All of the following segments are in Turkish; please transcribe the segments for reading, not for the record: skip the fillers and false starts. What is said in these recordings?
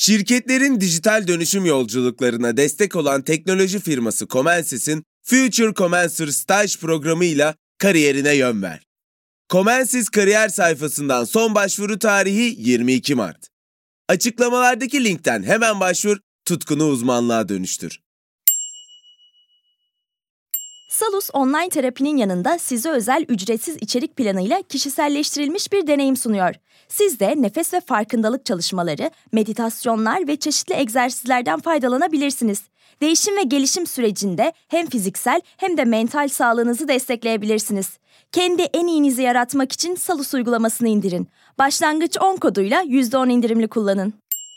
Şirketlerin dijital dönüşüm yolculuklarına destek olan teknoloji firması Comensys'in Future Comencer Staj programıyla kariyerine yön ver. Comensys kariyer sayfasından son başvuru tarihi 22 Mart. Açıklamalardaki linkten hemen başvur, tutkunu uzmanlığa dönüştür. Salus online terapinin yanında size özel ücretsiz içerik planıyla kişiselleştirilmiş bir deneyim sunuyor. Siz de nefes ve farkındalık çalışmaları, meditasyonlar ve çeşitli egzersizlerden faydalanabilirsiniz. Değişim ve gelişim sürecinde hem fiziksel hem de mental sağlığınızı destekleyebilirsiniz. Kendi en iyinizi yaratmak için Salus uygulamasını indirin. Başlangıç 10 koduyla %10 indirimli kullanın.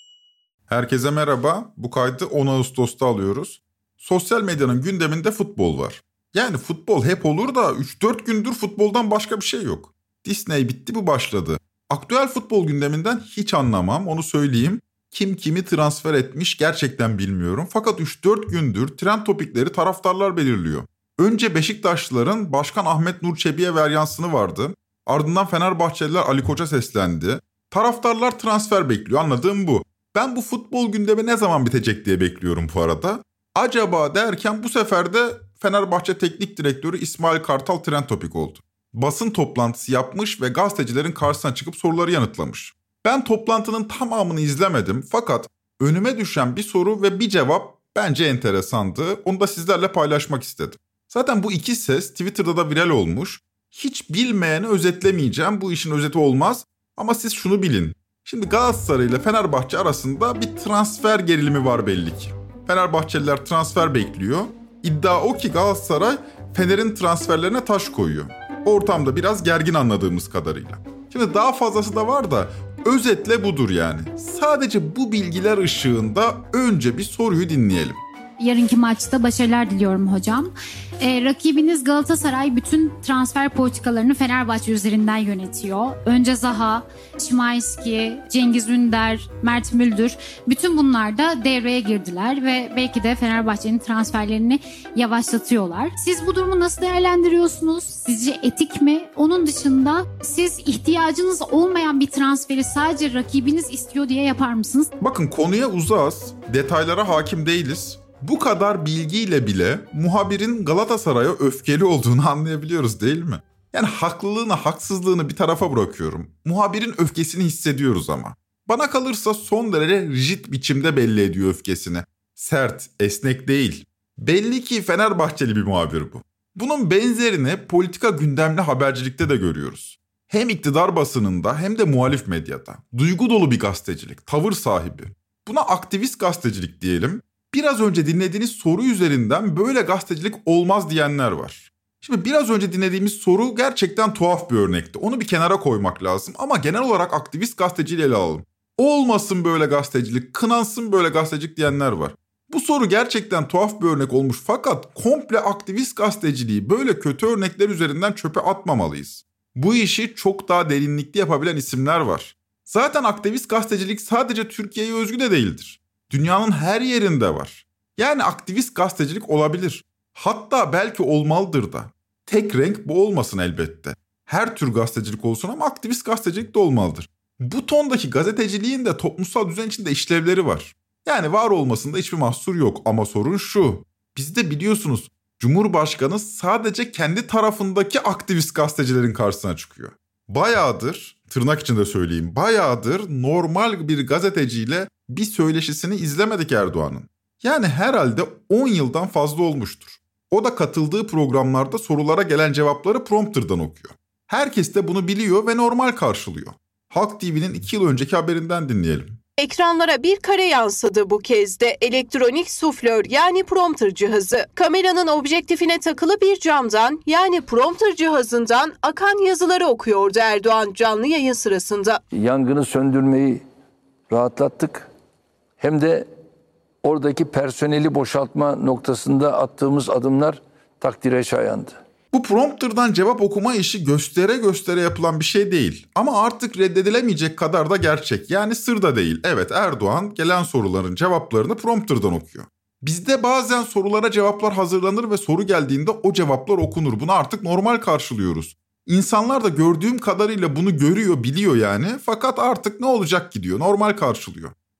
Herkese merhaba. Bu kaydı 10 Ağustos'ta alıyoruz. Sosyal medyanın gündeminde futbol var. Yani futbol hep olur da 3-4 gündür futboldan başka bir şey yok. Disney bitti, bu başladı. Aktüel futbol gündeminden hiç anlamam, onu söyleyeyim. Kim kimi transfer etmiş gerçekten bilmiyorum. Fakat 3-4 gündür trend topikleri taraftarlar belirliyor. Önce Beşiktaşlıların Başkan Ahmet Nur Çebi'ye varyansını vardı. Ardından Fenerbahçeliler Ali Koç'a seslendi. Taraftarlar transfer bekliyor, anladığım bu. Ben bu futbol gündemi ne zaman bitecek diye bekliyorum bu arada. Acaba derken bu sefer de Fenerbahçe Teknik Direktörü İsmail Kartal trend topik oldu. Basın toplantısı yapmış ve gazetecilerin karşısına çıkıp soruları yanıtlamış. Ben toplantının tamamını izlemedim fakat önüme düşen bir soru ve bir cevap bence enteresandı. Onu da sizlerle paylaşmak istedim. Zaten bu iki ses Twitter'da da viral olmuş. Hiç bilmeyeni özetlemeyeceğim, bu işin özeti olmaz. Ama siz şunu bilin. Şimdi Galatasaray ile Fenerbahçe arasında bir transfer gerilimi var belli ki. Fenerbahçeliler transfer bekliyor. İddia o ki Galatasaray Fener'in transferlerine taş koyuyor. Ortamda biraz gergin anladığımız kadarıyla. Şimdi daha fazlası da var da özetle budur yani. Sadece bu bilgiler ışığında önce bir soruyu dinleyelim. Yarınki maçta başarılar diliyorum hocam. Rakibiniz Galatasaray bütün transfer politikalarını Fenerbahçe üzerinden yönetiyor. Önce Zaha, Szymański, Cengiz Ünder, Mert Müldür, bütün bunlar da devreye girdiler ve belki de Fenerbahçe'nin transferlerini yavaşlatıyorlar. Siz bu durumu nasıl değerlendiriyorsunuz? Sizce etik mi? Onun dışında siz ihtiyacınız olmayan bir transferi sadece rakibiniz istiyor diye yapar mısınız? Bakın, konuya uzağız, detaylara hakim değiliz. Bu kadar bilgiyle bile muhabirin Galatasaray'a öfkeli olduğunu anlayabiliyoruz değil mi? Yani haklılığını, haksızlığını bir tarafa bırakıyorum. Muhabirin öfkesini hissediyoruz ama. Bana kalırsa son derece rigid biçimde belli ediyor öfkesini. Sert, esnek değil. Belli ki Fenerbahçeli bir muhabir bu. Bunun benzerini politika gündemli habercilikte de görüyoruz. Hem iktidar basınında hem de muhalif medyada. Duygu dolu bir gazetecilik, tavır sahibi. Buna aktivist gazetecilik diyelim. Biraz önce dinlediğiniz soru üzerinden böyle gazetecilik olmaz diyenler var. Şimdi biraz önce dinlediğimiz soru gerçekten tuhaf bir örnekti. Onu bir kenara koymak lazım ama genel olarak aktivist gazeteciliği ele alalım. Olmasın böyle gazetecilik, kınansın böyle gazetecilik diyenler var. Bu soru gerçekten tuhaf bir örnek olmuş fakat komple aktivist gazeteciliği böyle kötü örnekler üzerinden çöpe atmamalıyız. Bu işi çok daha derinlikli yapabilen isimler var. Zaten aktivist gazetecilik sadece Türkiye'ye özgü de değildir. Dünyanın her yerinde var. Yani aktivist gazetecilik olabilir. Hatta belki olmalıdır da. Tek renk bu olmasın elbette. Her tür gazetecilik olsun ama aktivist gazetecilik de olmalıdır. Bu tondaki gazeteciliğin de toplumsal düzen içinde işlevleri var. Yani var olmasında hiçbir mahsur yok ama sorun şu. Bizde biliyorsunuz Cumhurbaşkanı sadece kendi tarafındaki aktivist gazetecilerin karşısına çıkıyor. Bayağıdır, tırnak içinde söyleyeyim, bayağıdır normal bir gazeteciyle bir söyleşisini izlemedik Erdoğan'ın. Yani herhalde 10 yıldan fazla olmuştur. O da katıldığı programlarda sorulara gelen cevapları prompterdan okuyor. Herkes de bunu biliyor ve normal karşılıyor. Halk TV'nin 2 yıl önceki haberinden dinleyelim. Ekranlara bir kare yansıdı bu kez de elektronik suflör yani prompter cihazı. Kameranın objektifine takılı bir camdan yani prompter cihazından akan yazıları okuyordu Erdoğan canlı yayın sırasında. Yangını söndürmeyi rahatlattık. Hem de oradaki personeli boşaltma noktasında attığımız adımlar takdire şayandı. Bu prompterdan cevap okuma işi göstere göstere yapılan bir şey değil. Ama artık reddedilemeyecek kadar da gerçek. Yani sır da değil. Evet, Erdoğan gelen soruların cevaplarını prompterdan okuyor. Bizde bazen sorulara cevaplar hazırlanır ve soru geldiğinde o cevaplar okunur. Bunu artık normal karşılıyoruz. İnsanlar da gördüğüm kadarıyla bunu görüyor, biliyor yani. Fakat artık ne olacak ki diyor, normal karşılıyor.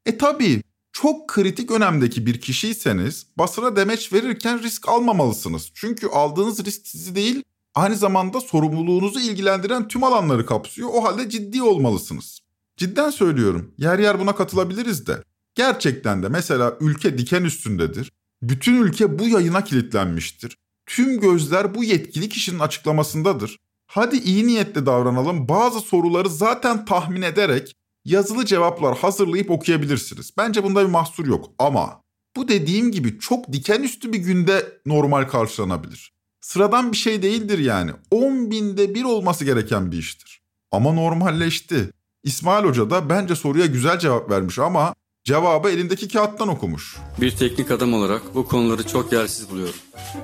Tabii çok kritik önemdeki bir kişiyseniz basına demeç verirken risk almamalısınız. Çünkü aldığınız risk sizi değil, aynı zamanda sorumluluğunuzu ilgilendiren tüm alanları kapsıyor. O halde ciddi olmalısınız. Cidden söylüyorum, yer yer buna katılabiliriz de. Gerçekten de mesela ülke diken üstündedir. Bütün ülke bu yayına kilitlenmiştir. Tüm gözler bu yetkili kişinin açıklamasındadır. Hadi iyi niyetle davranalım, bazı soruları zaten tahmin ederek yazılı cevaplar hazırlayıp okuyabilirsiniz. Bence bunda bir mahsur yok ama bu dediğim gibi çok dikenüstü bir günde normal karşılanabilir. Sıradan bir şey değildir yani. 10.000'de 1 olması gereken bir iştir. Ama normalleşti. İsmail Hoca da bence soruya güzel cevap vermiş ama cevabı elindeki kağıttan okumuş. Bir teknik adam olarak bu konuları çok yersiz buluyorum.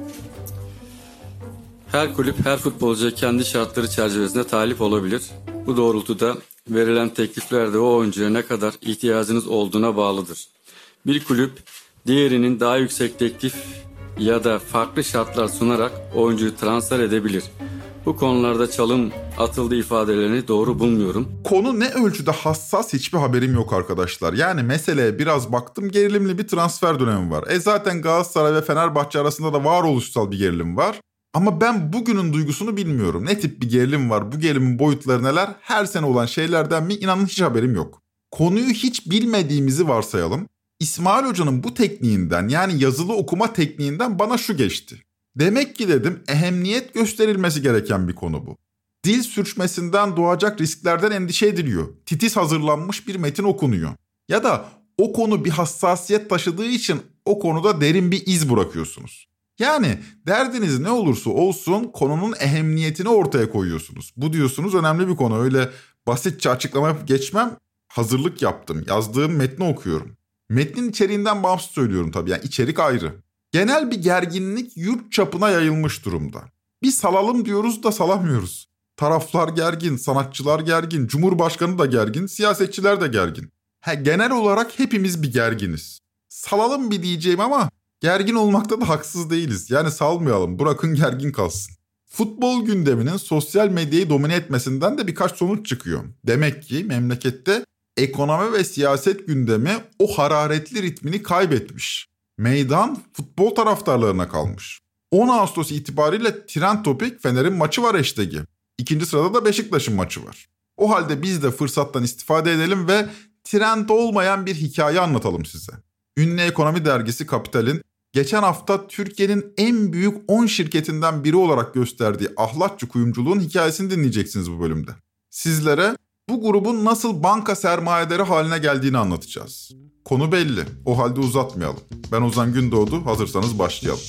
Her kulüp, her futbolcuya kendi şartları çerçevesinde talip olabilir. Bu doğrultuda verilen teklifler de o oyuncuya ne kadar ihtiyacınız olduğuna bağlıdır. Bir kulüp diğerinin daha yüksek teklif ya da farklı şartlar sunarak oyuncuyu transfer edebilir. Bu konularda çalım atıldı ifadelerini doğru bulmuyorum. Konu ne ölçüde hassas hiçbir haberim yok arkadaşlar. Yani meseleye biraz baktım, gerilimli bir transfer dönemi var. Zaten Galatasaray ve Fenerbahçe arasında da varoluşsal bir gerilim var. Ama ben bugünün duygusunu bilmiyorum. Ne tip bir gerilim var, bu gerilimin boyutları neler, her sene olan şeylerden mi, inanın hiç haberim yok. Konuyu hiç bilmediğimizi varsayalım. İsmail Hoca'nın bu tekniğinden, yani yazılı okuma tekniğinden bana şu geçti. Demek ki dedim, ehemmiyet gösterilmesi gereken bir konu bu. Dil sürçmesinden doğacak risklerden endişe ediliyor. Titiz hazırlanmış bir metin okunuyor. Ya da o konu bir hassasiyet taşıdığı için o konuda derin bir iz bırakıyorsunuz. Yani derdiniz ne olursa olsun konunun ehemmiyetini ortaya koyuyorsunuz. Bu diyorsunuz önemli bir konu, öyle basitçe açıklama yapıp geçmem. Hazırlık yaptım, yazdığım metni okuyorum. Metnin içeriğinden bağımsız söylüyorum tabii, yani içerik ayrı. Genel bir gerginlik yurt çapına yayılmış durumda. Bir salalım diyoruz da salamıyoruz. Taraflar gergin, sanatçılar gergin, Cumhurbaşkanı da gergin, siyasetçiler de gergin. Genel olarak hepimiz bir gerginiz. Salalım bir diyeceğim ama gergin olmakta da haksız değiliz. Yani salmayalım, bırakın gergin kalsın. Futbol gündeminin sosyal medyayı domine etmesinden de birkaç sonuç çıkıyor. Demek ki memlekette ekonomi ve siyaset gündemi o hararetli ritmini kaybetmiş. Meydan futbol taraftarlarına kalmış. 10 Ağustos itibariyle trend topik Fener'in maçı var hashtag'i. İkinci sırada da Beşiktaş'ın maçı var. O halde biz de fırsattan istifade edelim ve trend olmayan bir hikaye anlatalım size. Ünlü ekonomi dergisi Kapital'in geçen hafta Türkiye'nin en büyük 10 şirketinden biri olarak gösterdiği ahlatçı kuyumculuğun hikayesini dinleyeceksiniz bu bölümde. Sizlere bu grubun nasıl banka sermayeleri haline geldiğini anlatacağız. Konu belli, o halde uzatmayalım. Ben Ozan Gündoğdu, hazırsanız başlayalım.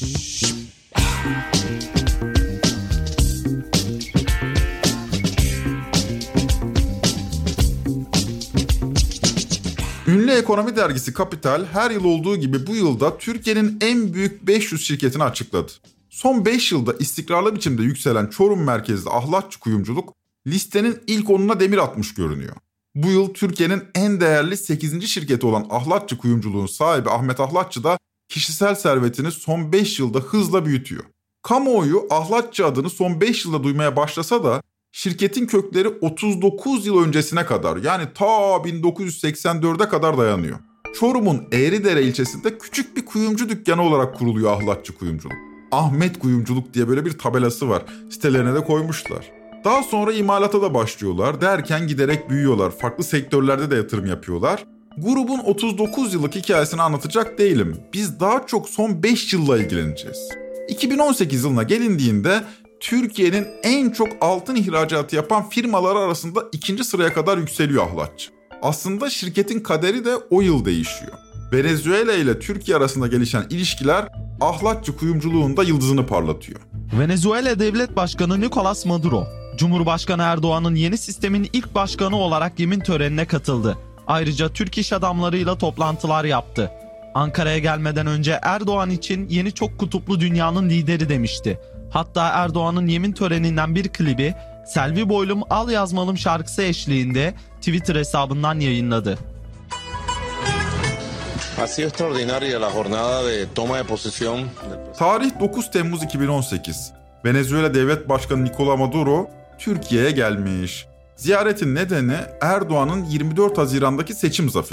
Ünlü ekonomi dergisi Kapital her yıl olduğu gibi bu yılda Türkiye'nin en büyük 500 şirketini açıkladı. Son 5 yılda istikrarlı biçimde yükselen Çorum merkezli ahlatçı kuyumculuk listenin ilk 10'una demir atmış görünüyor. Bu yıl Türkiye'nin en değerli 8. şirketi olan ahlatçı kuyumculuğun sahibi Ahmet Ahlatçı da kişisel servetini son 5 yılda hızla büyütüyor. Kamuoyu ahlatçı adını son 5 yılda duymaya başlasa da şirketin kökleri 39 yıl öncesine kadar, yani ta 1984'e kadar dayanıyor. Çorum'un Eğridere ilçesinde küçük bir kuyumcu dükkanı olarak kuruluyor ahlatçı kuyumculuk. Ahmet Kuyumculuk diye böyle bir tabelası var. Sitelerine de koymuşlar. Daha sonra imalata da başlıyorlar. Derken giderek büyüyorlar. Farklı sektörlerde de yatırım yapıyorlar. Grubun 39 yıllık hikayesini anlatacak değilim. Biz daha çok son 5 yılla ilgileneceğiz. 2018 yılına gelindiğinde Türkiye'nin en çok altın ihracatı yapan firmalar arasında 2. sıraya kadar yükseliyor ahlatçı. Aslında şirketin kaderi de o yıl değişiyor. Venezuela ile Türkiye arasında gelişen ilişkiler ahlatçı kuyumculuğunda yıldızını parlatıyor. Venezuela Devlet Başkanı Nicolas Maduro, Cumhurbaşkanı Erdoğan'ın yeni sistemin ilk başkanı olarak yemin törenine katıldı. Ayrıca Türk iş adamlarıyla toplantılar yaptı. Ankara'ya gelmeden önce Erdoğan için yeni çok kutuplu dünyanın lideri demişti. Hatta Erdoğan'ın yemin töreninden bir klibi Selvi Boylum Al Yazmalım şarkısı eşliğinde Twitter hesabından yayınladı. Tarih 9 Temmuz 2018. Venezuela Devlet Başkanı Nicolas Maduro Türkiye'ye gelmiş. Ziyaretin nedeni Erdoğan'ın 24 Haziran'daki seçim zaferi.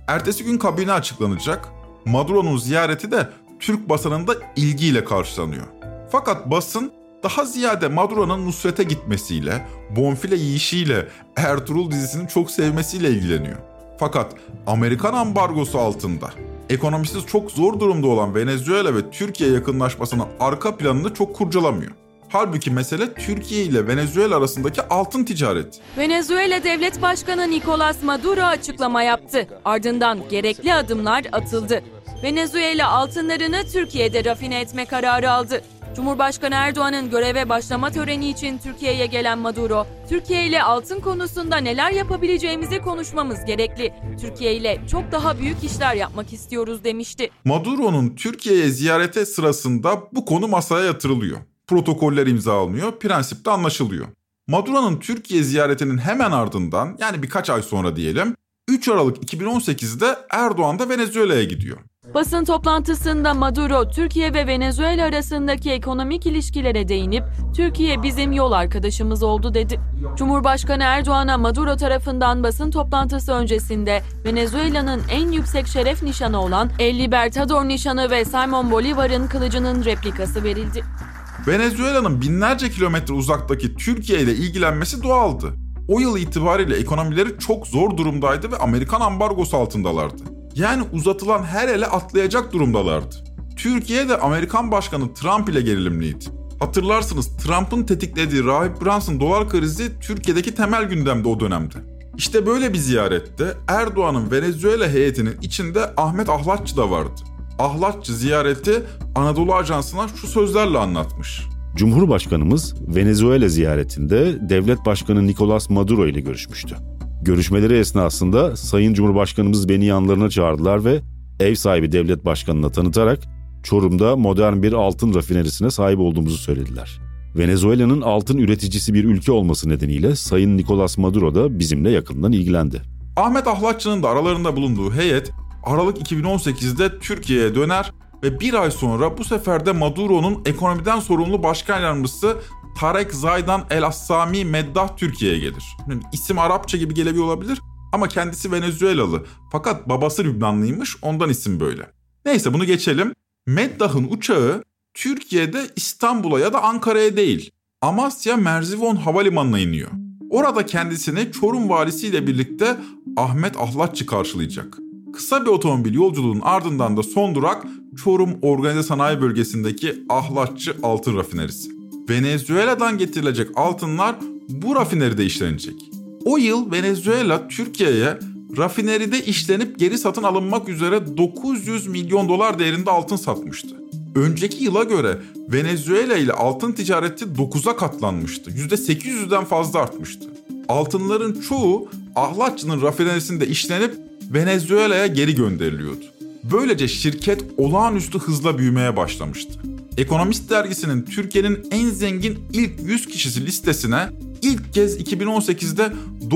Ertesi gün kabine açıklanacak. Maduro'nun ziyareti de Türk basınında ilgiyle karşılanıyor. Fakat basın daha ziyade Maduro'nun Nusret'e gitmesiyle, bonfile yiyişiyle, Ertuğrul dizisini çok sevmesiyle ilgileniyor. Fakat Amerikan ambargosu altında ekonomisi çok zor durumda olan Venezuela ve Türkiye yakınlaşmasının arka planını çok kurcalamıyor. Halbuki mesele Türkiye ile Venezuela arasındaki altın ticareti. Venezuela Devlet Başkanı Nicolás Maduro açıklama yaptı. Ardından gerekli adımlar atıldı. Venezuela altınlarını Türkiye'de rafine etme kararı aldı. Cumhurbaşkanı Erdoğan'ın göreve başlama töreni için Türkiye'ye gelen Maduro, Türkiye ile altın konusunda neler yapabileceğimizi konuşmamız gerekli. Türkiye ile çok daha büyük işler yapmak istiyoruz demişti. Maduro'nun Türkiye'ye ziyareti sırasında bu konu masaya yatırılıyor. Protokoller imzalanıyor, prensipte anlaşılıyor. Maduro'nun Türkiye ziyaretinin hemen ardından, yani birkaç ay sonra diyelim, 3 Aralık 2018'de Erdoğan da Venezuela'ya gidiyor. Basın toplantısında Maduro, Türkiye ve Venezuela arasındaki ekonomik ilişkilere değinip Türkiye bizim yol arkadaşımız oldu dedi. Cumhurbaşkanı Erdoğan'a Maduro tarafından basın toplantısı öncesinde Venezuela'nın en yüksek şeref nişanı olan El Libertador nişanı ve Simón Bolívar'ın kılıcının replikası verildi. Venezuela'nın binlerce kilometre uzaktaki Türkiye ile ilgilenmesi doğaldı. O yıl itibariyle ekonomileri çok zor durumdaydı ve Amerikan ambargosu altındalardı. Yani uzatılan her ele atlayacak durumdalardı. Türkiye de Amerikan Başkanı Trump ile gerilimliydi. Hatırlarsınız, Trump'ın tetiklediği Rahip Brunson dolar krizi Türkiye'deki temel gündemde o dönemde. İşte böyle bir ziyarette Erdoğan'ın Venezuela heyetinin içinde Ahmet Ahlatçı da vardı. Ahlatçı ziyareti Anadolu Ajansı'na şu sözlerle anlatmış. Cumhurbaşkanımız Venezuela ziyaretinde Devlet Başkanı Nicolás Maduro ile görüşmüştü. Görüşmeleri esnasında Sayın Cumhurbaşkanımız beni yanlarına çağırdılar ve ev sahibi devlet başkanına tanıtarak Çorum'da modern bir altın rafinerisine sahip olduğumuzu söylediler. Venezuela'nın altın üreticisi bir ülke olması nedeniyle Sayın Nicolás Maduro da bizimle yakından ilgilendi. Ahmet Ahlatçı'nın da aralarında bulunduğu heyet Aralık 2018'de Türkiye'ye döner ve bir ay sonra bu sefer de Maduro'nun ekonomiden sorumlu başkan yardımcısı Tarek Zaydan El-Assami Meddah Türkiye'ye gelir. İsim Arapça gibi gelebiliyor olabilir ama kendisi Venezuelalı. Fakat babası Lübnanlıymış, ondan isim böyle. Neyse, bunu geçelim. Meddah'ın uçağı Türkiye'de İstanbul'a ya da Ankara'ya değil, Amasya Merzifon Havalimanı'na iniyor. Orada kendisini Çorum valisiyle birlikte Ahmet Ahlatçı karşılayacak. Kısa bir otomobil yolculuğunun ardından da son durak Çorum Organize Sanayi Bölgesi'ndeki Ahlatçı Altın Rafinerisi. Venezuela'dan getirilecek altınlar bu rafineride işlenecek. O yıl Venezuela Türkiye'ye rafineride işlenip geri satın alınmak üzere 900 milyon dolar değerinde altın satmıştı. Önceki yıla göre Venezuela ile altın ticareti 9'a katlanmıştı. %800'den fazla artmıştı. Altınların çoğu Ahlatçı'nın rafinerisinde işlenip Venezuela'ya geri gönderiliyordu. Böylece şirket olağanüstü hızla büyümeye başlamıştı. Ekonomist dergisinin Türkiye'nin en zengin ilk 100 kişisi listesine ilk kez 2018'de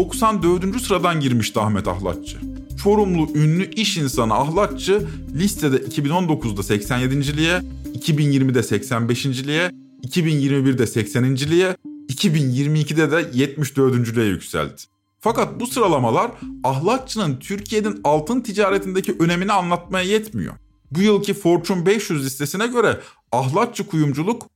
94. sıradan girmişti Ahmet Ahlatçı. Çorumlu ünlü iş insanı Ahlatçı listede 2019'da 87.liğe, 2020'de 85.liğe, 2021'de 80.liğe, 2022'de de 74.liğe yükseldi. Fakat bu sıralamalar Ahlatçı'nın Türkiye'nin altın ticaretindeki önemini anlatmaya yetmiyor. Bu yılki Fortune 500 listesine göre Ahlatçı kuyumculuk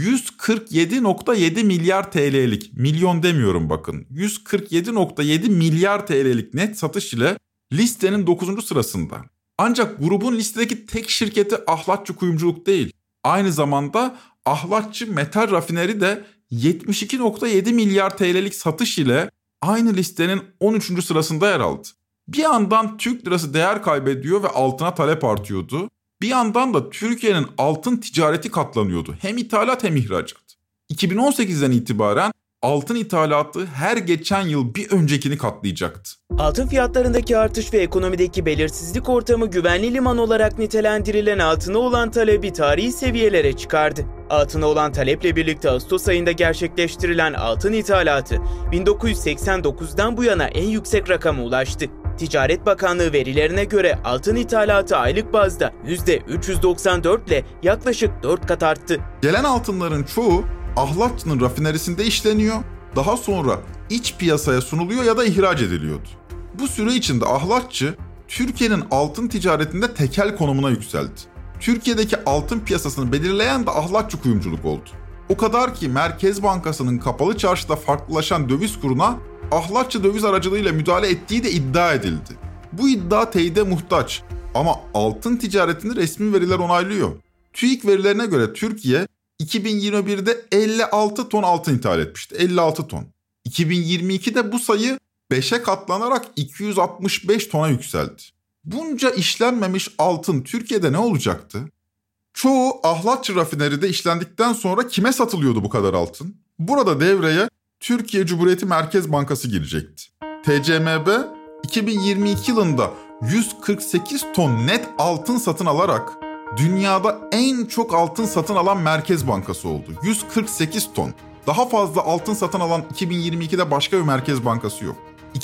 147.7 milyar TL'lik, milyon demiyorum bakın, 147.7 milyar TL'lik net satış ile listenin 9. sırasında. Ancak grubun listedeki tek şirketi Ahlatçı Kuyumculuk değil. Aynı zamanda Ahlatçı Metal Rafineri de 72.7 milyar TL'lik satış ile aynı listenin 13. sırasında yer aldı. Bir yandan Türk lirası değer kaybediyor ve altına talep artıyordu. Bir yandan da Türkiye'nin altın ticareti katlanıyordu. Hem ithalat hem ihracat. 2018'den itibaren altın ithalatı her geçen yıl bir öncekini katlayacaktı. Altın fiyatlarındaki artış ve ekonomideki belirsizlik ortamı güvenli liman olarak nitelendirilen altına olan talebi tarihi seviyelere çıkardı. Altına olan taleple birlikte Ağustos ayında gerçekleştirilen altın ithalatı 1989'dan bu yana en yüksek rakama ulaştı. Ticaret Bakanlığı verilerine göre altın ithalatı aylık bazda %394 ile yaklaşık 4 kat arttı. Gelen altınların çoğu Ahlatçı'nın rafinerisinde işleniyor, daha sonra iç piyasaya sunuluyor ya da ihraç ediliyordu. Bu süre içinde Ahlatçı Türkiye'nin altın ticaretinde tekel konumuna yükseldi. Türkiye'deki altın piyasasını belirleyen de ahlatçı kuyumculuk oldu. O kadar ki Merkez Bankası'nın kapalı çarşıda farklılaşan döviz kuruna ahlatçı döviz aracılığıyla müdahale ettiği de iddia edildi. Bu iddia teyide muhtaç ama altın ticaretini resmi veriler onaylıyor. TÜİK verilerine göre Türkiye 2021'de 56 ton altın ithal etmişti. 56 ton. 2022'de bu sayı 5'e katlanarak 265 tona yükseldi. Bunca işlenmemiş altın Türkiye'de ne olacaktı? Çoğu ahlatçı rafineride işlendikten sonra kime satılıyordu bu kadar altın? Burada devreye Türkiye Cumhuriyeti Merkez Bankası girecekti. TCMB 2022 yılında 148 ton net altın satın alarak dünyada en çok altın satın alan merkez bankası oldu. 148 ton. Daha fazla altın satın alan 2022'de başka bir merkez bankası yok.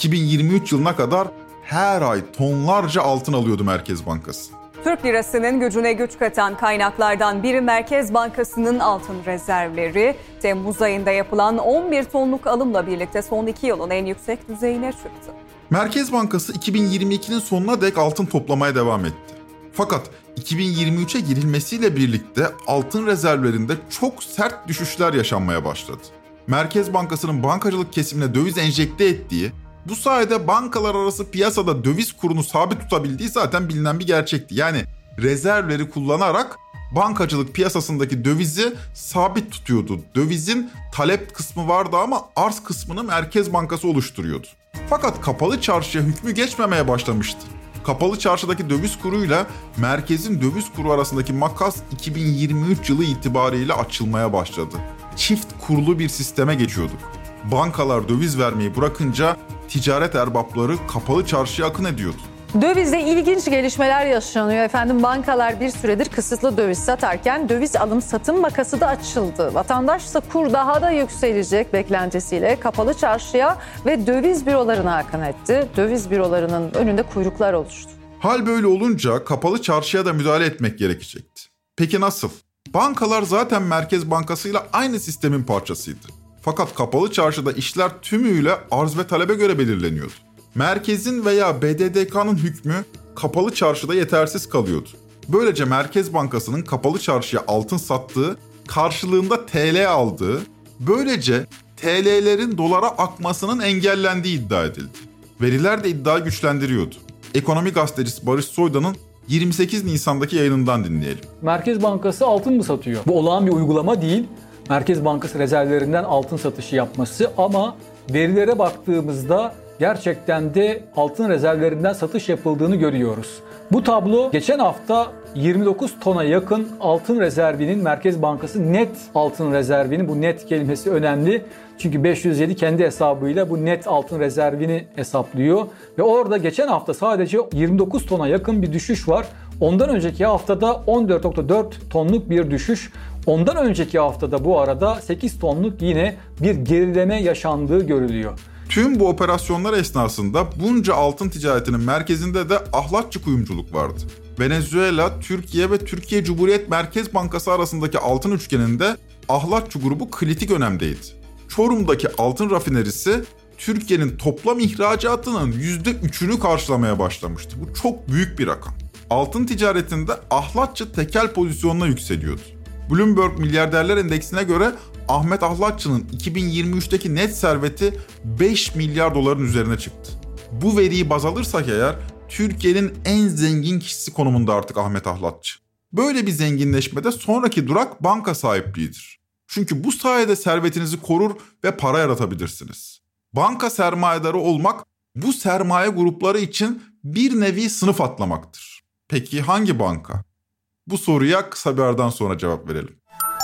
2023 yılına kadar her ay tonlarca altın alıyordu Merkez Bankası. Türk lirasının gücüne güç katan kaynaklardan biri Merkez Bankası'nın altın rezervleri. Temmuz ayında yapılan 11 tonluk alımla birlikte son 2 yılın en yüksek düzeyine çıktı. Merkez Bankası 2022'nin sonuna dek altın toplamaya devam etti. Fakat 2023'e girilmesiyle birlikte altın rezervlerinde çok sert düşüşler yaşanmaya başladı. Merkez Bankası'nın bankacılık kesimine döviz enjekte ettiği, bu sayede bankalar arası piyasada döviz kurunu sabit tutabildiği zaten bilinen bir gerçekti. Yani rezervleri kullanarak bankacılık piyasasındaki dövizi sabit tutuyordu. Dövizin talep kısmı vardı ama arz kısmını Merkez Bankası oluşturuyordu. Fakat kapalı çarşıya hükmü geçmemeye başlamıştı. Kapalı çarşıdaki döviz kuruyla merkezin döviz kuru arasındaki makas 2023 yılı itibariyle açılmaya başladı. Çift kurulu bir sisteme geçiyorduk. Bankalar döviz vermeyi bırakınca ticaret erbapları kapalı çarşıya akın ediyordu. Dövizde ilginç gelişmeler yaşanıyor efendim. Bankalar bir süredir kısıtlı döviz satarken döviz alım-satım makası da açıldı. Vatandaşsa kur daha da yükselecek beklentisiyle kapalı çarşıya ve döviz bürolarına akın etti. Döviz bürolarının önünde kuyruklar oluştu. Hal böyle olunca kapalı çarşıya da müdahale etmek gerekecekti. Peki nasıl? Bankalar zaten Merkez Bankası'yla aynı sistemin parçasıydı. Fakat kapalı çarşıda işler tümüyle arz ve talebe göre belirleniyordu. Merkezin veya BDDK'nın hükmü kapalı çarşıda yetersiz kalıyordu. Böylece Merkez Bankası'nın kapalı çarşıya altın sattığı, karşılığında TL aldığı, böylece TL'lerin dolara akmasının engellendiği iddia edildi. Veriler de iddiayı güçlendiriyordu. Ekonomi gazetecisi Barış Soydan'ın 28 Nisan'daki yayınından dinleyelim. Merkez Bankası altın mı satıyor? Bu olağan bir uygulama değil. Merkez Bankası rezervlerinden altın satışı yapması ama verilere baktığımızda gerçekten de altın rezervlerinden satış yapıldığını görüyoruz. Bu tablo geçen hafta 29 tona yakın altın rezervinin Merkez Bankası net altın rezervinin, bu net kelimesi önemli. Çünkü 507 kendi hesabıyla bu net altın rezervini hesaplıyor. Ve orada geçen hafta sadece 29 tona yakın bir düşüş var. Ondan önceki haftada 14.4 tonluk bir düşüş. Ondan önceki haftada bu arada 8 tonluk yine bir gerileme yaşandığı görülüyor. Tüm bu operasyonlar esnasında bunca altın ticaretinin merkezinde de ahlatçı kuyumculuk vardı. Venezuela, Türkiye ve Türkiye Cumhuriyet Merkez Bankası arasındaki altın üçgeninde ahlatçı grubu kritik önemdeydi. Çorum'daki altın rafinerisi Türkiye'nin toplam ihracatının %3'ünü karşılamaya başlamıştı. Bu çok büyük bir rakam. Altın ticaretinde ahlatçı tekel pozisyonuna yükseliyordu. Bloomberg Milyarderler Endeksine göre Ahmet Ahlatçı'nın 2023'teki net serveti 5 milyar doların üzerine çıktı. Bu veriyi baz alırsak eğer Türkiye'nin en zengin kişisi konumunda artık Ahmet Ahlatçı. Böyle bir zenginleşmede sonraki durak banka sahipliğidir. Çünkü bu sayede servetinizi korur ve para yaratabilirsiniz. Banka sermayedarı olmak bu sermaye grupları için bir nevi sınıf atlamaktır. Peki hangi banka? Bu soruya kısa bir aradan sonra cevap verelim.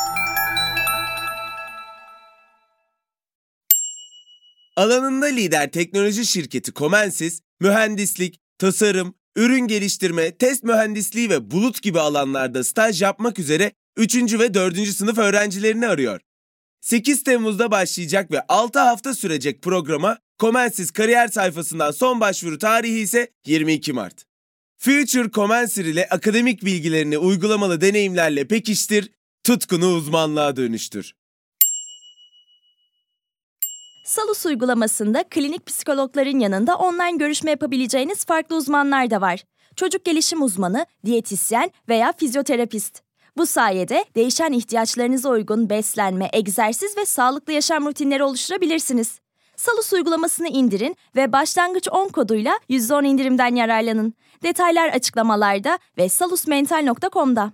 Alanında lider teknoloji şirketi Comensis, mühendislik, tasarım, ürün geliştirme, test mühendisliği ve bulut gibi alanlarda staj yapmak üzere 3. ve 4. sınıf öğrencilerini arıyor. 8 Temmuz'da başlayacak ve 6 hafta sürecek programa Comensis kariyer sayfasından son başvuru tarihi ise 22 Mart. Future Comensir ile akademik bilgilerini uygulamalı deneyimlerle pekiştir, tutkunu uzmanlığa dönüştür. Salus uygulamasında klinik psikologların yanında online görüşme yapabileceğiniz farklı uzmanlar da var. Çocuk gelişim uzmanı, diyetisyen veya fizyoterapist. Bu sayede değişen ihtiyaçlarınıza uygun beslenme, egzersiz ve sağlıklı yaşam rutinleri oluşturabilirsiniz. Salus uygulamasını indirin ve başlangıç 10 koduyla %10 indirimden yararlanın. Detaylar açıklamalarda ve salusmental.com'da.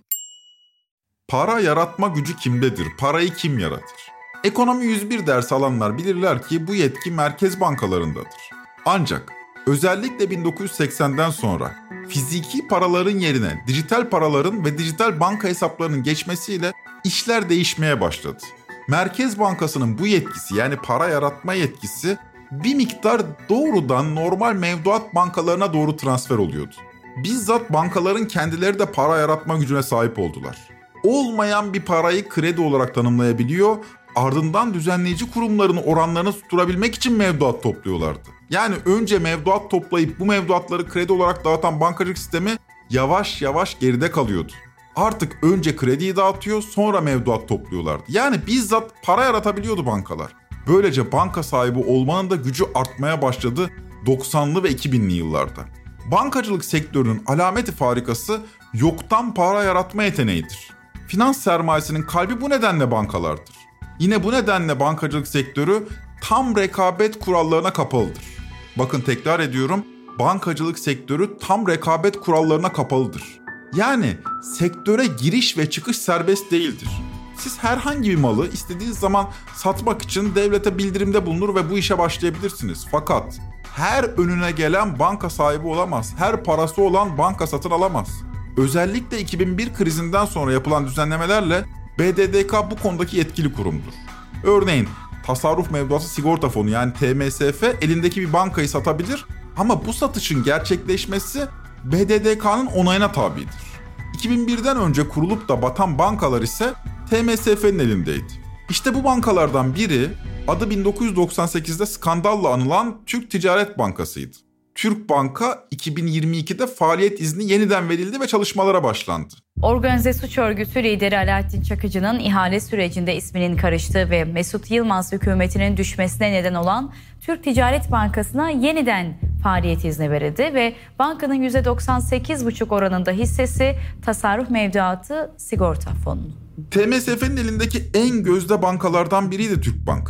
Para yaratma gücü kimdedir? Parayı kim yaratır? Ekonomi 101 dersi alanlar bilirler ki bu yetki merkez bankalarındadır. Ancak özellikle 1980'den sonra fiziki paraların yerine dijital paraların ve dijital banka hesaplarının geçmesiyle işler değişmeye başladı. Merkez Bankası'nın bu yetkisi, yani para yaratma yetkisi, bir miktar doğrudan normal mevduat bankalarına doğru transfer oluyordu. Bizzat bankaların kendileri de para yaratma gücüne sahip oldular. Olmayan bir parayı kredi olarak tanımlayabiliyor, ardından düzenleyici kurumların oranlarını tutturabilmek için mevduat topluyorlardı. Yani önce mevduat toplayıp bu mevduatları kredi olarak dağıtan bankacılık sistemi yavaş yavaş geride kalıyordu. Artık önce krediyi dağıtıyor, sonra mevduat topluyorlardı. Yani bizzat para yaratabiliyordu bankalar. Böylece banka sahibi olmanın da gücü artmaya başladı 90'lı ve 2000'li yıllarda. Bankacılık sektörünün alameti farikası yoktan para yaratma yeteneğidir. Finans sermayesinin kalbi bu nedenle bankalardır. Yine bu nedenle bankacılık sektörü tam rekabet kurallarına kapalıdır. Bakın, tekrar ediyorum, bankacılık sektörü tam rekabet kurallarına kapalıdır. Yani sektöre giriş ve çıkış serbest değildir. Siz herhangi bir malı istediğiniz zaman satmak için devlete bildirimde bulunur ve bu işe başlayabilirsiniz. Fakat her önüne gelen banka sahibi olamaz. Her parası olan banka satın alamaz. Özellikle 2001 krizinden sonra yapılan düzenlemelerle BDDK bu konudaki yetkili kurumdur. Örneğin Tasarruf Mevduatı Sigorta Fonu, yani TMSF, elindeki bir bankayı satabilir ama bu satışın gerçekleşmesi BDDK'nın onayına tabidir. 2001'den önce kurulup da batan bankalar ise TMSF'nin elindeydi. İşte bu bankalardan biri adı 1998'de skandalla anılan Türk Ticaret Bankası'ydı. Türk Banka 2022'de faaliyet izni yeniden verildi ve çalışmalara başlandı. Organize suç örgütü lideri Alaaddin Çakıcı'nın ihale sürecinde isminin karıştığı ve Mesut Yılmaz hükümetinin düşmesine neden olan Türk Ticaret Bankası'na yeniden faaliyet izni verildi ve bankanın %98,5 oranında hissesi Tasarruf Mevduatı Sigorta Fonu'nun. TMSF'nin elindeki en gözde bankalardan biriydi Türkbank.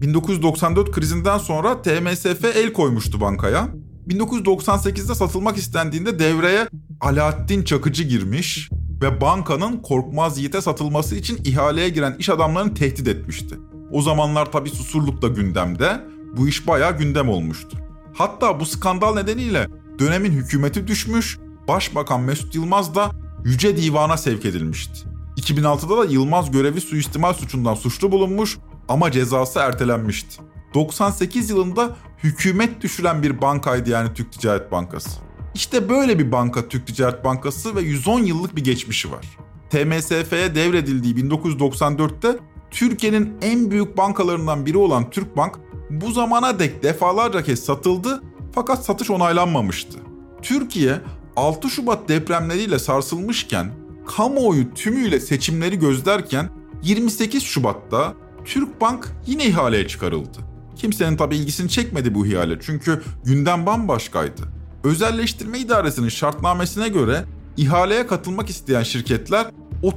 1994 krizinden sonra TMSF el koymuştu bankaya. 1998'de satılmak istendiğinde devreye Alaaddin Çakıcı girmiş ve bankanın Korkmaz Yiğit'e satılması için ihaleye giren iş adamlarını tehdit etmişti. O zamanlar tabii Susurluk da gündemde, bu iş bayağı gündem olmuştu. Hatta bu skandal nedeniyle dönemin hükümeti düşmüş, Başbakan Mesut Yılmaz da Yüce Divan'a sevk edilmişti. 2006'da da Yılmaz görevi suistimal suçundan suçlu bulunmuş ama cezası ertelenmişti. 98 yılında hükümet düşüren bir bankaydı yani Türk Ticaret Bankası. İşte böyle bir banka Türk Ticaret Bankası ve 110 yıllık bir geçmişi var. TMSF'ye devredildiği 1994'te Türkiye'nin en büyük bankalarından biri olan Türkbank bu zamana dek defalarca kez satıldı fakat satış onaylanmamıştı. Türkiye 6 Şubat depremleriyle sarsılmışken, kamuoyu tümüyle seçimleri gözlerken 28 Şubat'ta Türkbank yine ihaleye çıkarıldı. Kimsenin tabii ilgisini çekmedi bu ihale çünkü gündem bambaşkaydı. Özelleştirme İdaresi'nin şartnamesine göre ihaleye katılmak isteyen şirketler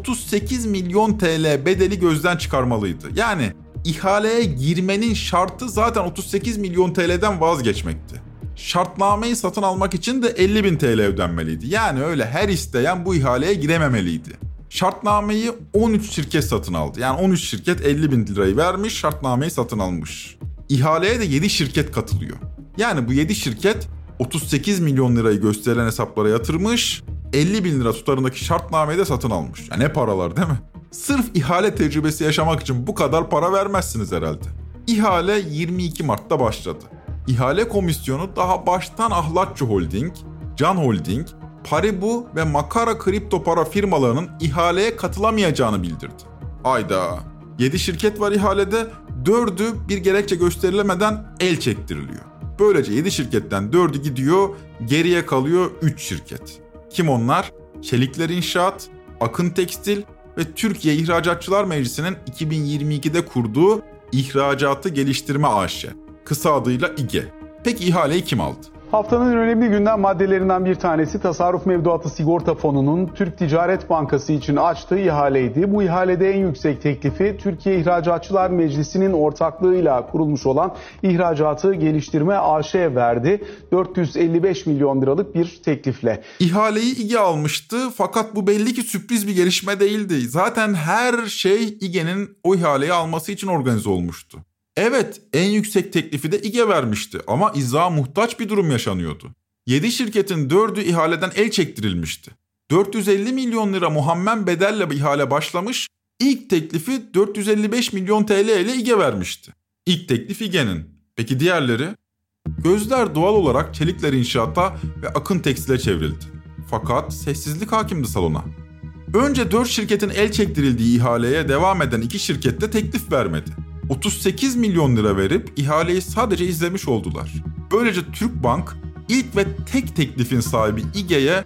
38 milyon TL bedeli gözden çıkarmalıydı. Yani ihaleye girmenin şartı zaten 38 milyon TL'den vazgeçmekti. Şartnameyi satın almak için de 50 bin TL ödenmeliydi. Yani öyle her isteyen bu ihaleye girememeliydi. Şartnameyi 13 şirket satın aldı. Yani 13 şirket 50 bin lirayı vermiş, şartnameyi satın almış. İhaleye de 7 şirket katılıyor. Yani bu 7 şirket 38 milyon lirayı gösterilen hesaplara yatırmış, 50 bin lira tutarındaki şartnameyi de satın almış. Ya ne paralar değil mi? Sırf ihale tecrübesi yaşamak için bu kadar para vermezsiniz herhalde. İhale 22 Mart'ta başladı. İhale komisyonu daha baştan Ahlatçı Holding, Can Holding, Paribu ve Makara kripto para firmalarının ihaleye katılamayacağını bildirdi. Ayda 7 şirket var ihalede, 4'ü bir gerekçe gösterilemeden el çektiriliyor. Böylece 7 şirketten 4'ü gidiyor, geriye kalıyor 3 şirket. Kim onlar? Çelikler İnşaat, Akın Tekstil ve Türkiye İhracatçılar Meclisi'nin 2022'de kurduğu İhracatı Geliştirme AŞ, kısa adıyla İGE. Peki ihaleyi kim aldı? Haftanın önemli gündem maddelerinden bir tanesi Tasarruf Mevduatı Sigorta Fonu'nun Türk Ticaret Bankası için açtığı ihaleydi. Bu ihalede en yüksek teklifi Türkiye İhracatçılar Meclisi'nin ortaklığıyla kurulmuş olan İhracatı Geliştirme AŞ verdi. 455 milyon liralık bir teklifle. İhaleyi İGE almıştı fakat bu belli ki sürpriz bir gelişme değildi. Zaten her şey İGE'nin o ihaleyi alması için organize olmuştu. Evet, en yüksek teklifi de İGE vermişti ama izaha muhtaç bir durum yaşanıyordu. 7 şirketin 4'ü ihaleden el çektirilmişti. 450 milyon lira muhammen bedelle bir ihale başlamış, ilk teklifi 455 milyon TL ile İGE vermişti. İlk teklif İGE'nin. Peki diğerleri? Gözler doğal olarak Çelikler İnşaat'a ve Akın Tekstil'e çevrildi. Fakat sessizlik hakimdi salona. Önce 4 şirketin el çektirildiği ihaleye devam eden 2 şirket de teklif vermedi. 38 milyon lira verip ihaleyi sadece izlemiş oldular. Böylece Türkbank ilk ve tek teklifin sahibi İGE'ye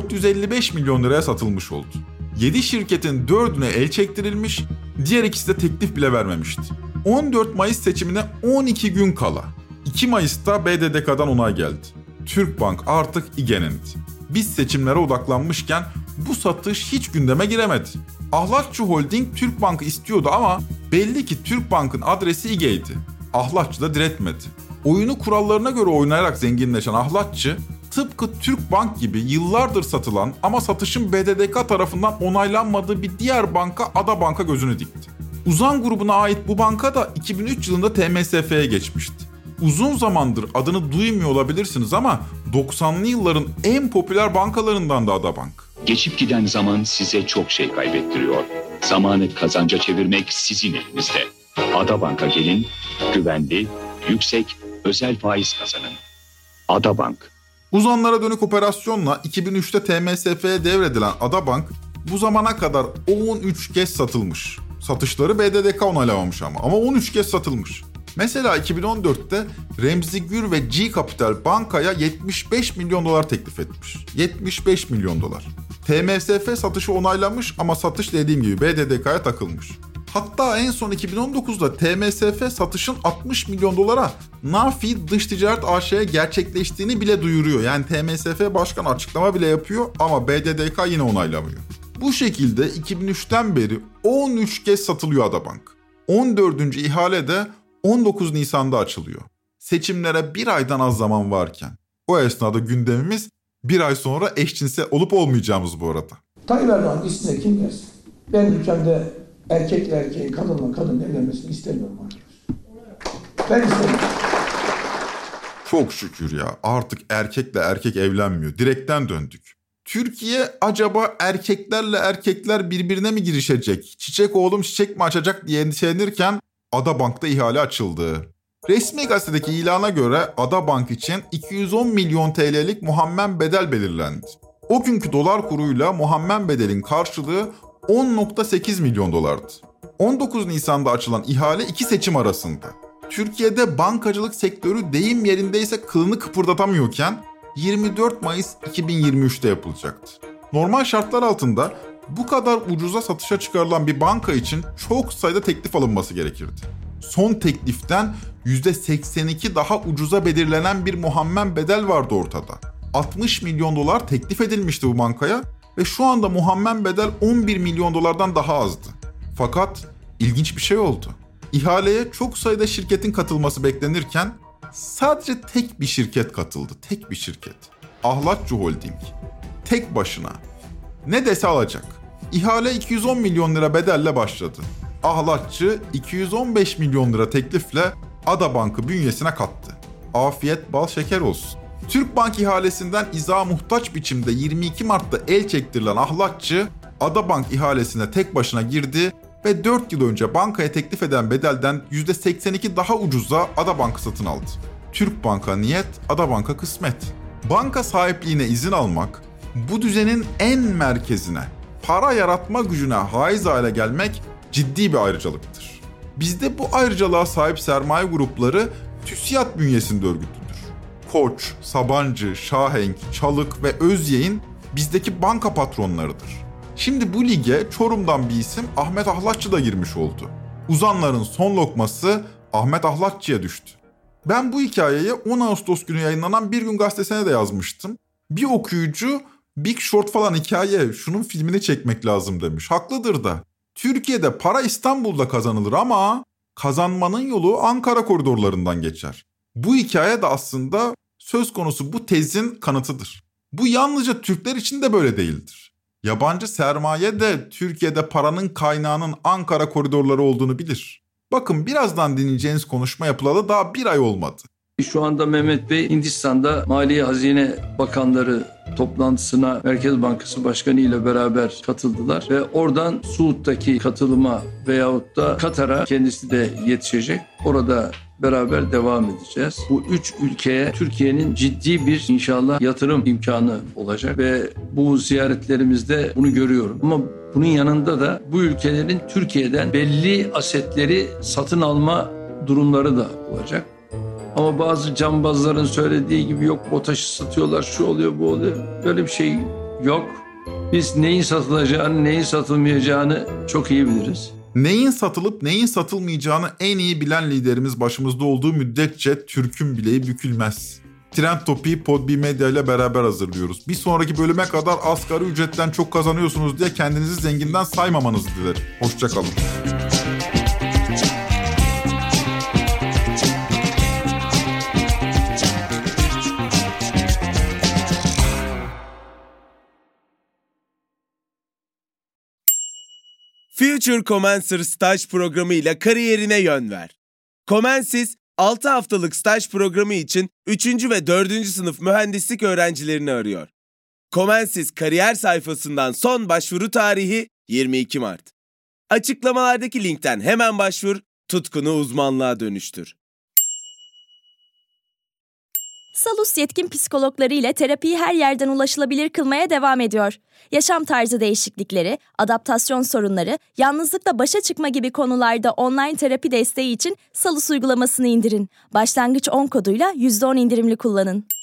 455 milyon liraya satılmış oldu. 7 şirketin 4'üne el çektirilmiş, diğer ikisi de teklif bile vermemişti. 14 Mayıs seçimine 12 gün kala 2 Mayıs'ta BDDK'dan onay geldi. Türkbank artık İGE'nindi. Biz seçimlere odaklanmışken bu satış hiç gündeme giremedi. Ahlatçı Holding Türkbank'ı istiyordu ama belli ki Türkbank'ın adresi İGE'ydi. Ahlatçı da diretmedi. Oyunu kurallarına göre oynayarak zenginleşen Ahlatçı, tıpkı Türkbank gibi yıllardır satılan ama satışın BDDK tarafından onaylanmadığı bir diğer banka Ada Bank'a gözünü dikti. Uzan grubuna ait bu banka da 2003 yılında TMSF'ye geçmişti. Uzun zamandır adını duymuyor olabilirsiniz ama 90'lı yılların en popüler bankalarından da Ada Bank. Geçip giden zaman size çok şey kaybettiriyor. Zamanı kazanca çevirmek sizin elinizde. Ada Bank'a gelin, güvenli, yüksek, özel faiz kazanın. Ada Bank. Uzanlara dönük operasyonla 2003'te TMSF'ye devredilen Ada Bank bu zamana kadar 13 kez satılmış. Satışları BDDK onaylamamış ama 13 kez satılmış. Mesela 2014'te Remzi Gür ve G Capital bankaya 75 milyon dolar teklif etmiş. 75 milyon dolar. TMSF satışı onaylamış ama satış dediğim gibi BDDK'ya takılmış. Hatta en son 2019'da TMSF satışın 60 milyon dolara Nafi Dış Ticaret AŞ'ye gerçekleştiğini bile duyuruyor. Yani TMSF başkanı açıklama bile yapıyor ama BDDK yine onaylamıyor. Bu şekilde 2003'ten beri 13 kez satılıyor Ada Bank. 14. ihale de 19 Nisan'da açılıyor. Seçimlere bir aydan az zaman varken. O esnada gündemimiz bir ay sonra eşcinsel olup olmayacağımız bu arada. Tayyip Erdoğan gitsin kim gelsin? Ben ülkemde erkekle erkeğin, kadınla kadın evlenmesini istemiyorum arkadaşlar. Ben istemiyorum. Çok şükür ya, artık erkekle erkek evlenmiyor. Direkten döndük. Türkiye acaba erkeklerle erkekler birbirine mi girişecek? Çiçek oğlum çiçek mi açacak diye endişelenirken Ada Bank'ta ihale açıldı. Resmi gazetedeki ilana göre Ada Bank için 210 milyon TL'lik muhammen bedel belirlendi. O günkü dolar kuruyla muhammen bedelin karşılığı 10.8 milyon dolardı. 19 Nisan'da açılan ihale 2 seçim arasında. Türkiye'de bankacılık sektörü deyim yerindeyse kılını kıpırdatamıyorken 24 Mayıs 2023'te yapılacaktı. Normal şartlar altında bu kadar ucuza satışa çıkarılan bir banka için çok sayıda teklif alınması gerekirdi. Son tekliften %82 daha ucuza belirlenen bir muhammen bedel vardı ortada. 60 milyon dolar teklif edilmişti bu bankaya ve şu anda muhammen bedel 11 milyon dolardan daha azdı. Fakat ilginç bir şey oldu. İhaleye çok sayıda şirketin katılması beklenirken sadece tek bir şirket katıldı. Tek bir şirket. Ahlatçı Holding. Tek başına. Ne dese alacak. İhale 210 milyon lira bedelle başladı. Ahlatçı 215 milyon lira teklifle Ada Bank'ı bünyesine kattı. Afiyet bal şeker olsun. Türkbank ihalesinden izaha muhtaç biçimde 22 Mart'ta el çektirilen Ahlatçı, Ada Bank ihalesine tek başına girdi ve 4 yıl önce bankaya teklif eden bedelden %82 daha ucuza Ada Bank'ı satın aldı. Türkbank'a niyet, Ada Bank'a kısmet. Banka sahipliğine izin almak, bu düzenin en merkezine, para yaratma gücüne haiz hale gelmek ciddi bir ayrıcalıktır. Bizde bu ayrıcalığa sahip sermaye grupları TÜSİAD bünyesinde örgütlüdür. Koç, Sabancı, Şahenk, Çalık ve Özyeğin bizdeki banka patronlarıdır. Şimdi bu lige Çorum'dan bir isim Ahmet Ahlatçı da girmiş oldu. Uzanların son lokması Ahmet Ahlakçı'ya düştü. Ben bu hikayeyi 10 Ağustos günü yayınlanan Bir Gün Gazetesi'ne de yazmıştım. Bir okuyucu Big Short falan hikaye, şunun filmini çekmek lazım demiş. Haklıdır da. Türkiye'de para İstanbul'da kazanılır ama kazanmanın yolu Ankara koridorlarından geçer. Bu hikaye de aslında söz konusu bu tezin kanıtıdır. Bu yalnızca Türkler için de böyle değildir. Yabancı sermaye de Türkiye'de paranın kaynağının Ankara koridorları olduğunu bilir. Bakın birazdan dinleyeceğiniz konuşma yapılalı daha 1 ay olmadı. Şu anda Mehmet Bey Hindistan'da Maliye Hazine Bakanları toplantısına Merkez Bankası Başkanı ile beraber katıldılar ve oradan Suud'daki katılıma veyahut da Katar'a kendisi de yetişecek. Orada beraber devam edeceğiz. Bu 3 ülkeye Türkiye'nin ciddi bir inşallah yatırım imkanı olacak ve bu ziyaretlerimizde bunu görüyorum. Ama bunun yanında da bu ülkelerin Türkiye'den belli asetleri satın alma durumları da olacak. Ama bazı cambazların söylediği gibi yok BOTAŞ'ı satıyorlar, şu oluyor, bu oluyor. Böyle bir şey yok. Biz neyin satılacağını, neyin satılmayacağını çok iyi biliriz. Neyin satılıp neyin satılmayacağını en iyi bilen liderimiz başımızda olduğu müddetçe Türk'ün bileği bükülmez. Trend Topi'yi Podbi Medya ile beraber hazırlıyoruz. Bir sonraki bölüme kadar asgari ücretten çok kazanıyorsunuz diye kendinizi zenginden saymamanızı dilerim. Hoşçakalın. Future Commencer staj programı ile kariyerine yön ver. Comensis, 6 haftalık staj programı için 3. ve 4. sınıf mühendislik öğrencilerini arıyor. Comensis kariyer sayfasından son başvuru tarihi 22 Mart. Açıklamalardaki linkten hemen başvur, tutkunu uzmanlığa dönüştür. Salus yetkin psikologları ile terapiyi her yerden ulaşılabilir kılmaya devam ediyor. Yaşam tarzı değişiklikleri, adaptasyon sorunları, yalnızlıkla başa çıkma gibi konularda online terapi desteği için Salus uygulamasını indirin. Başlangıç 10 koduyla %10 indirimli kullanın.